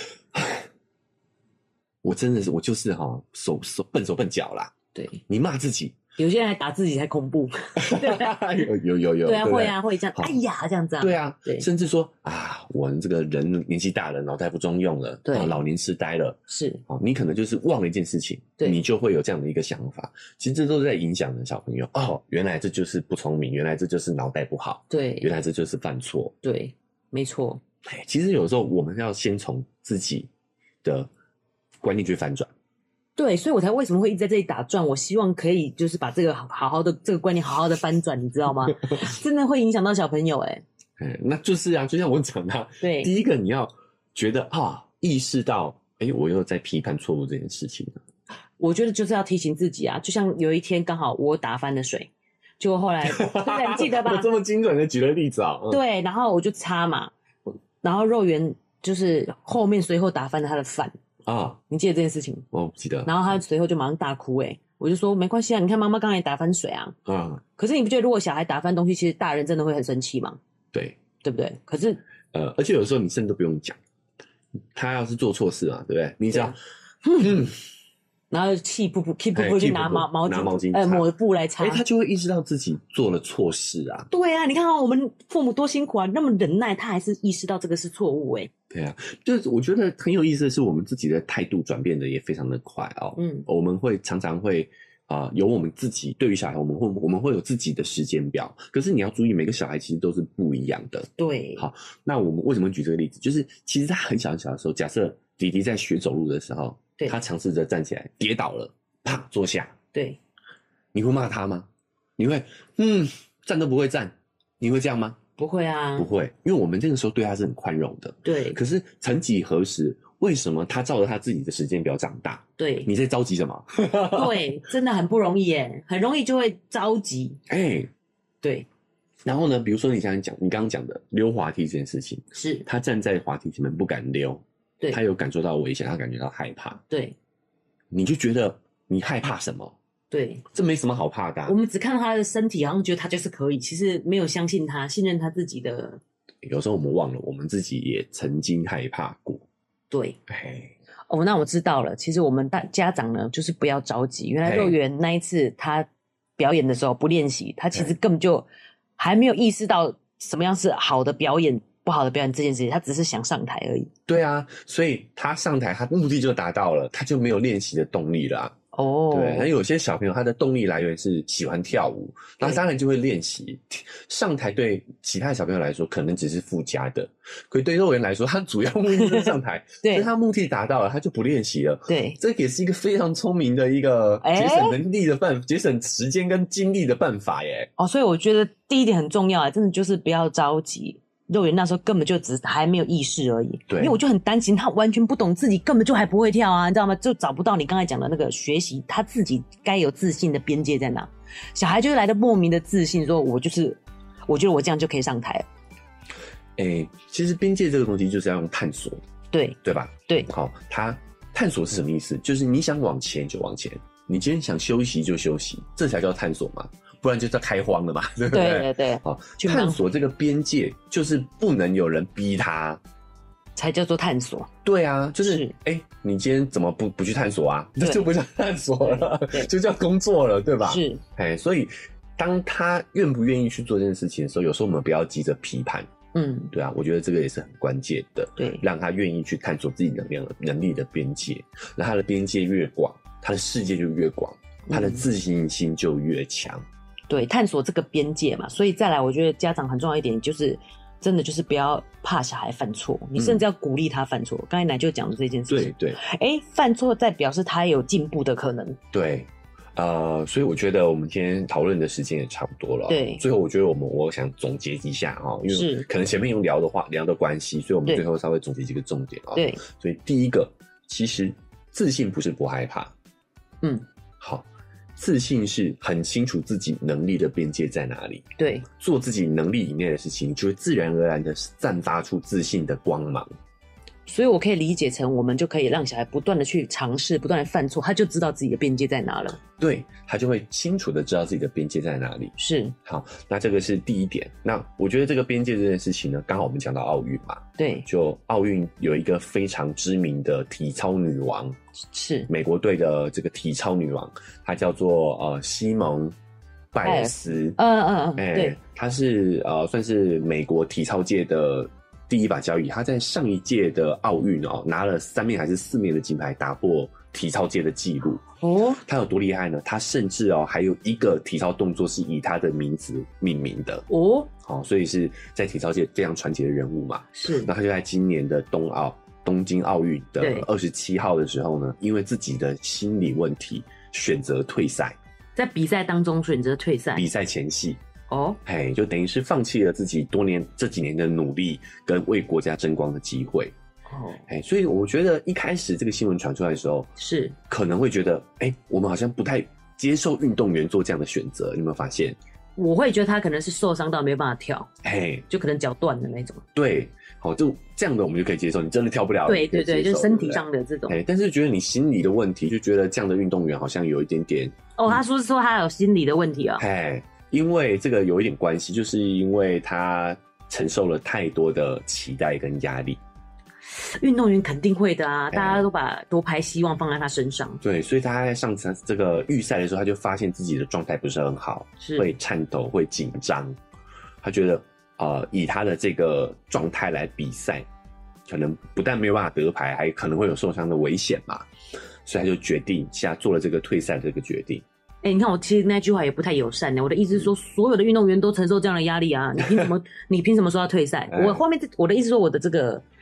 我真的是我就是哈、哦、手手笨手笨脚啦。 对， 你骂自己， 有些人还打自己才恐怖。 有有有有， 对啊，对会啊，会这样，哎呀，这样子啊。 对啊， 对， 甚至说啊，我们这个人年纪大了，脑袋不中用了，对，老年痴呆了， 是哦，你可能就是忘了一件事情，对，你就会有这样的一个想法。其实这都是在影响着小朋友。哦，原来这就是不聪明，原来这就是脑袋不好， 对， 原来这就是犯错， 对，没错。 其实有时候我们要先从自己的观念去翻转。 对，所以我才为什么会一直在这里打转。我希望可以就是把这个好好的这个观念好好的翻转，你知道吗？真的会影响到小朋友哎、欸。 哎，那就是啊，就像我讲的， 对， 第一个你要觉得啊，意识到，哎，我又在批判错误这件事情了。 我觉得就是要提醒自己啊，就像有一天刚好我打翻了水，结果后来，对，你记得吧？ 我这么精准的举了例子啊、哦。 对，然后我就擦嘛，然后肉圆就是后面随后打翻了他的饭。啊，你记得这件事情？ 我不记得。 然后他随后就马上大哭、欸，哎，我就说没关系啊，你看妈妈刚才也打翻水啊。嗯。可是你不觉得如果小孩打翻东西，其实大人真的会很生气吗？ 对， 对不对？可是， 呃，而且有时候你甚至都不用讲，他要是做错事嘛，对不对？你只要，嗯， 然后气噗噗，气噗噗去拿毛毛巾， 拿毛巾， 呃，抹布来擦， 哎，他就会意识到自己做了错事啊。 对啊，你看啊，我们父母多辛苦啊，那么忍耐，他还是意识到这个是错误，哎。 对啊，就是我觉得很有意思的是，我们自己的态度转变的也非常的快哦。嗯，我们会常常会啊、呃，有我们自己对于小孩，我们会我们会有自己的时间表。可是你要注意，每个小孩其实都是不一样的。 对， 好，那我们为什么举这个例子？就是其实他很小很小的时候，假设弟弟在学走路的时候，对，他尝试着站起来，跌倒了，啪坐下。 对， 你会骂他吗？你会嗯站都不会站，你会这样吗？ 不会啊， 不会，因为我们这个时候对他是很宽容的。 对。 可是曾几何时，为什么他照着他自己的时间表长大？ 对， 你在着急什么？ 对，真的很不容易耶，很容易就会着急。 哎、欸， 对。 然后呢，比如说你想讲，你刚刚讲的溜滑梯这件事情， 是他站在滑梯前面不敢溜， 对， 他有感受到危险，他感觉到害怕， 对， 你就觉得你害怕什么？ 对， 这没什么好怕的、啊。 我们只看到他的身体，好像觉得他就是可以，其实没有相信他，信任他自己的。 有时候我们忘了，我们自己也曾经害怕过。 对，哎，哦，那我知道了。其实我们大家长呢，就是不要着急。原来肉圆那一次他表演的时候不练习，他其实根本就还没有意识到什么样是好的表演、不好的表演这件事情，他只是想上台而已。 对啊，所以他上台，他目的就达到了，他就没有练习的动力了、啊。哦，对，那有些小朋友他的动力来源是喜欢跳舞，那当然就会练习。上台对其他小朋友来说可能只是附加的，可是对肉圆来说，他主要目的是上台，对，所以他目的达到了，他就不练习了。 对， 这也是一个非常聪明的一个节省能力的办法，节、欸、省时间跟精力的办法耶。 哦，所以我觉得第一点很重要，真的就是不要着急。肉圆那时候根本就只是还没有意识而已，对，因为我就很担心他完全不懂自己，根本就还不会跳啊，你知道吗？就找不到你刚才讲的那个学习他自己该有自信的边界在哪。小孩就来的莫名的自信，说我就是我觉得我这样就可以上台了。 欸，其实边界这个东西就是要用探索， 对对吧？ 对， 好，他探索是什么意思？就是你想往前就往前，你今天想休息就休息，这才叫探索嘛。不然就叫开荒了嘛，对不对？ 对对对， 好，探索这个边界就是不能有人逼他， 才叫做探索。 对啊，就是哎、欸，你今天怎么不不去探索啊？这就不叫探索了，就叫工作了，对吧？ 是， 哎，所以当他愿不愿意去做这件事情的时候，有时候我们不要急着批判，嗯，对啊，我觉得这个也是很关键的， 对， 让他愿意去探索自己能量能力的边界，那他的边界越广，他的世界就越广，他的自信心就越强。嗯， 对，探索这个边界嘛，所以再来，我觉得家长很重要一点就是，真的就是不要怕小孩犯错，你甚至要鼓励他犯错。刚、嗯、才奶就讲的这件事情， 对对， 哎，犯错再表示他有进步的可能。 对，呃，所以我觉得我们今天讨论的时间也差不多了。 对， 最后我觉得我们我想总结一下哈，因为可能前面用聊的话聊的关系，所以我们最后稍微总结几个重点啊。 对， 所以第一个，其实自信不是不害怕，嗯，好。自信是很清楚自己能力的边界在哪里， 对， 做自己能力以内的事情，就会自然而然的散发出自信的光芒。 所以我可以理解成，我们就可以让小孩不断的去尝试，不断的犯错，他就知道自己的边界在哪了。 对，他就会清楚的知道自己的边界在哪里。 是， 好，那这个是第一点。那我觉得这个边界这件事情呢，刚好我们讲到奥运嘛， 对， 就奥运有一个非常知名的体操女王， 是美国队的这个体操女王，她叫做呃西蒙拜尔斯， 嗯嗯嗯， 欸、 对， 她是呃算是美国体操界的第一把交椅，她在上一届的奥运哦拿了三面还是四面的金牌，打破体操界的纪录。哦，她有多厉害呢？她甚至哦还有一个体操动作是以她的名字命名的。哦，好、哦，所以是在体操界非常传奇的人物嘛。 是， 那她就在今年的冬奥东京奥运的二十七号的时候呢，因为自己的心理问题选择退赛， 在比赛当中选择退赛， 比赛前夕。 哦， 哎，就等于是放弃了自己多年这几年的努力跟为国家争光的机会。哦，哎，所以我觉得一开始这个新闻传出来的时候， 是可能会觉得，哎，我们好像不太接受运动员做这样的选择，你有没有发现？ 我会觉得他可能是受伤到没办法跳， 哎， 就可能脚断的那种。 对，好，就这样的我们就可以接受，你真的跳不了。 对对对，就是身体上的这种。 哎，但是觉得你心理的问题，就觉得这样的运动员好像有一点点。 哦，他说是说他有心理的问题啊、哦。 哎。因为这个有一点关系，就是因为他承受了太多的期待跟压力。 运动员肯定会的啊，大家都把夺牌希望放在他身上。 对，所以他在上场这个预赛的时候，他就发现自己的状态不是很好，是会颤抖，会紧张。他觉得，呃，以他的这个状态来比赛，可能不但没有办法得牌，还可能会有受伤的危险嘛。所以他就决定下做了这个退赛的这个决定。 哎、欸，你看我其实那句话也不太友善呢。我的意思是说，所有的运动员都承受这样的压力啊，你凭什么？你凭什么说要退赛？我后面我的意思说，我的这个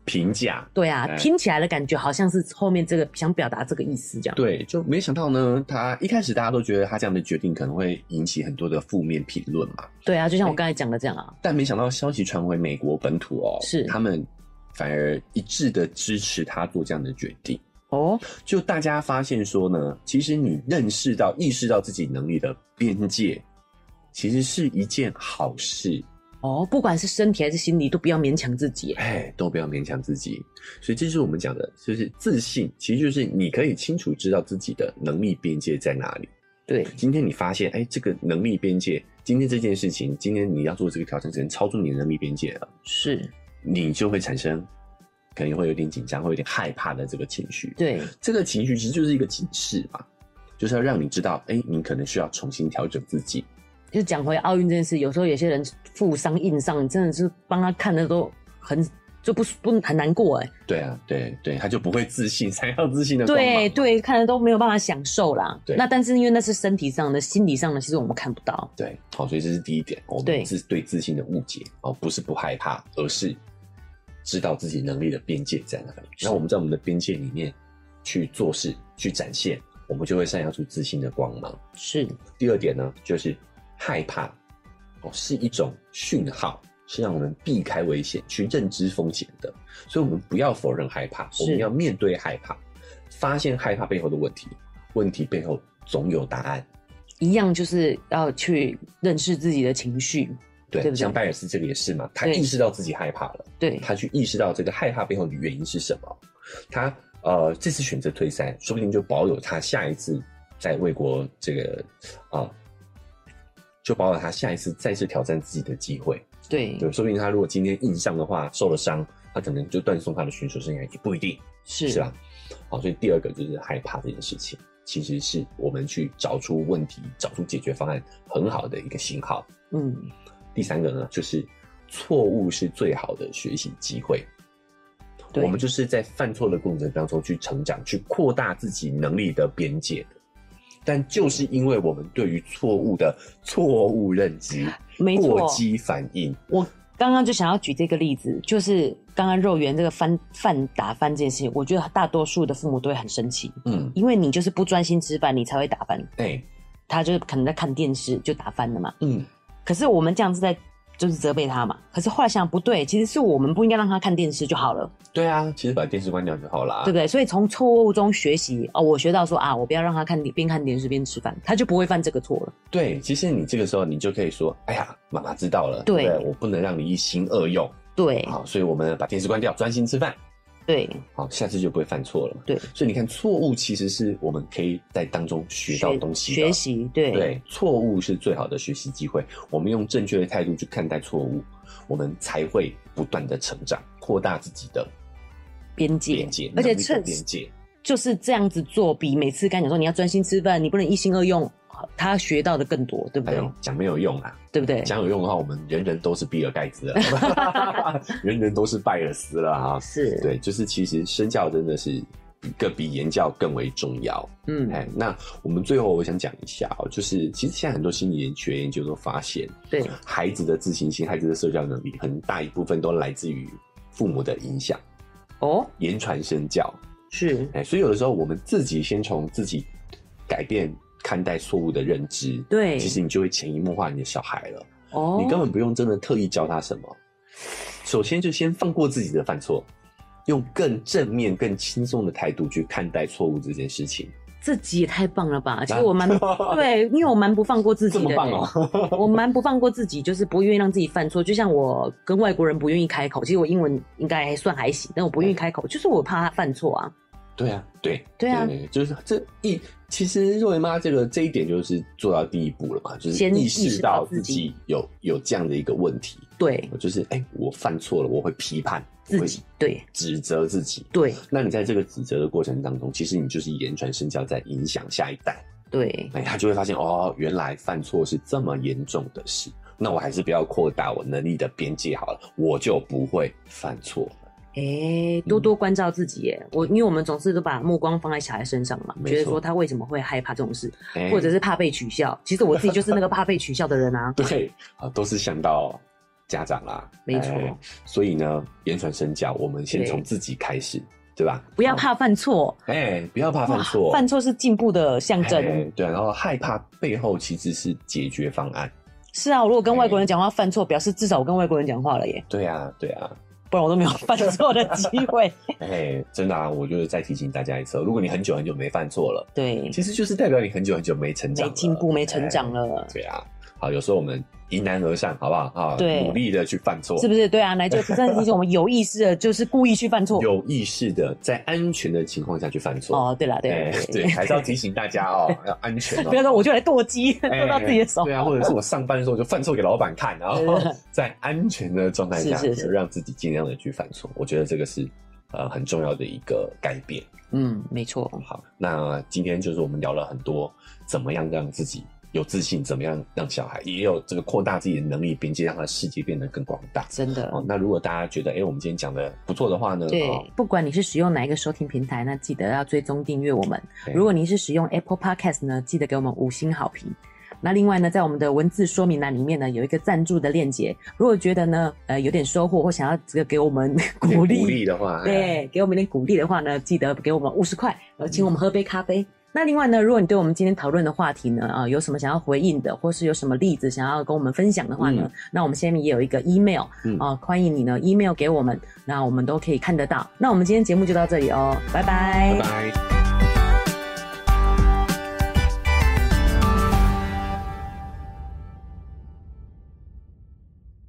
评价。 对啊，哎、听起来的感觉好像是后面这个想表达这个意思这样。 对，就没想到呢，他一开始大家都觉得他这样的决定可能会引起很多的负面评论嘛。 对啊，就像我刚才讲的这样啊。 但没想到消息传回美国本土哦，是他们反而一致的支持他做这样的决定。哦，就大家发现说呢，其实你认识到、意识到自己能力的边界，其实是一件好事。 哦，不管是身体还是心理，都不要勉强自己。 哎，都不要勉强自己。所以这就是我们讲的，就是自信，其实就是你可以清楚知道自己的能力边界在哪里。 对， 今天你发现，哎，这个能力边界，今天这件事情，今天你要做这个挑战，可能超出你的能力边界了， 是， 你就会产生可能会有点紧张，会有点害怕的这个情绪。 对， 这个情绪其实就是一个警示嘛，就是要让你知道，哎，你可能需要重新调整自己。 就讲回奥运这件事，有时候有些人负伤硬伤，真的是帮他看的都很就不不很难过哎。 对啊，对对，他就不会自信，才要自信的光芒。 对对，看的都没有办法享受啦。对，那但是因为那是身体上的，心理上的，其实我们看不到。 对，好，所以这是第一点，我们是对自信的误解哦，不是不害怕，而是知道自己能力的边界在哪里。那我们在我们的边界里面去做事，去展现，我们就会散发出自信的光芒。 是。第二点呢，就是害怕哦，是一种讯号，是让我们避开危险、去认知风险的。所以，我们不要否认害怕，我们要面对害怕，发现害怕背后的问题，问题背后总有答案。 一样就是要去认识自己的情绪， 对， 对不对？ 像拜尔斯这个也是嘛，他意识到自己害怕了，对，他去意识到这个害怕背后的原因是什么，他呃这次选择退赛，说不定就保有他下一次在卫国这个啊。呃就保有他下一次再次挑战自己的机会。 对对，说不定他如果今天硬上的话，受了伤，他可能就断送他的选手生涯，也不一定， 是是吧？好，所以第二个就是害怕这件事情，其实是我们去找出问题、找出解决方案很好的一个信号。嗯，第三个呢，就是错误是最好的学习机会。我们就是在犯错的过程当中去成长，去扩大自己能力的边界的。但就是因为我们对于错误的错误认知， 没错， 过激反应。 我刚刚就想要举这个例子，就是刚刚肉圆这个翻饭打翻这件事情，我觉得大多数的父母都会很生气，嗯，因为你就是不专心吃饭，你才会打翻。 对， 他就可能在看电视就打翻了嘛，嗯。可是我们这样子在就是责备他嘛，可是后来想不对，其实是我们不应该让他看电视就好了。 对啊，其实把电视关掉就好啦， 对不对？所以从错误中学习哦，我学到说啊，我不要让他看边看电视边吃饭，他就不会犯这个错了。 对，其实你这个时候你就可以说，哎呀，妈妈知道了，对，对不对？我不能让你一心二用。 对， 好，所以我们把电视关掉，专心吃饭。 对， 好，下次就不会犯错了。 对， 所以你看，错误其实是我们可以在当中学到东西的。 学习，对对，错误是最好的学习机会。我们用正确的态度去看待错误，我们才会不断的成长，扩大自己的边界， 边界， 而且趁边界就是这样子做，比每次跟你讲说你要专心吃饭，你不能一心二用，他学到的更多，对不对？ 讲没有用啊， 对不对？ 讲有用的话，我们人人都是比尔盖茨了，人人都是拜尔斯了哈。 是， 对，就是其实身教真的是更比言教更为重要。嗯，哎，那我们最后我想讲一下哦，就是其实现在很多心理学研究都发现， 对孩子的自信心、孩子的社交能力，很大一部分都来自于父母的影响。哦，言传身教是， 哎，所以有的时候我们自己先从自己改变看待错误的认知， 对， 其实你就会潜移默化你的小孩了。哦，你根本不用真的特意教他什么，首先就先放过自己的犯错，用更正面、更轻松的态度去看待错误这件事情。 自己也太棒了吧！其实我蛮对，因为我蛮不放过自己的、欸， 这么棒哦！ 我蛮不放过自己，就是不愿意让自己犯错。就像我跟外国人不愿意开口，其实我英文应该还算还行，但我不愿意开口，就是我怕他犯错啊。 对啊，对， 对啊， 对，就是这一，其实肉圆妈这个这一点就是做到第一步了嘛，就是意识到自己有有这样的一个问题。 对， 就是哎、欸，我犯错了，我会批判自己，对， 指责自己， 对。 那你在这个指责的过程当中，其实你就是言传身教，在影响下一代。 对， 哎，他就会发现哦，原来犯错是这么严重的事，那我还是不要扩大我能力的边界好了，我就不会犯错了。 哎、欸，多多关照自己耶！嗯、我因为我们总是都把目光放在小孩身上嘛，觉得说他为什么会害怕这种事，欸、或者是怕被取笑。其实我自己就是那个怕被取笑的人啊。 对啊，都是想到家长啦， 没错、 哎。所以呢，言传身教，我们先从自己开始，对吧？ 不要怕犯错， 哎，不要怕犯错， 犯错是进步的象征。 对，然后害怕背后其实是解决方案。 是啊，我如果跟外国人讲话犯错，表示至少我跟外国人讲话了耶。 对啊，对啊。 不然我都没有犯错的机会。 哎，真的啊，我就是再提醒大家一次，如果你很久很久没犯错了， 对， 其实就是代表你很久很久没成长了， 没进步，没成长了。 哎、对啊，好，有时候我们迎难而上，好不好？啊，对，努力的去犯错， 是不是？对啊，来就真的提醒我们有意识的，就是故意去犯错， 有意识的在安全的情况下去犯错。 哦，对啦，对啦， 对，对，还是要提醒大家哦，要安全哦， 不要说我就来剁鸡，剁到自己的手。 对啊，或者是我上班的时候就犯错给老板看，然后在安全的状态下，是是是让自己尽量的去犯错。我觉得这个是呃很重要的一个改变。 嗯，没错。 好，那今天就是我们聊了很多，怎么样让自己有自信，怎么样让小孩也有这个扩大自己的能力边界，让他的世界变得更广大。 真的。 哦，那如果大家觉得，哎、欸，我们今天讲的不错的话呢， 对、哦，不管你是使用哪一个收听平台，那记得要追踪订阅我们。如果你是使用 Apple Podcast 呢，记得给我们五星好评。那另外呢，在我们的文字说明栏里面呢，有一个赞助的链接。如果觉得呢，呃，有点收获或想要这个给我们鼓励， 鼓励的话， 对，给我们点鼓励的话呢，记得给我们五十块，然后请我们喝杯咖啡。嗯，那另外呢，如果你对我们今天讨论的话题呢，啊、呃，有什么想要回应的，或是有什么例子想要跟我们分享的话呢，嗯、那我们下面也有一个 email， 啊、嗯呃，欢迎你呢 email 给我们，那我们都可以看得到。那我们今天节目就到这里哦，拜拜， 拜拜。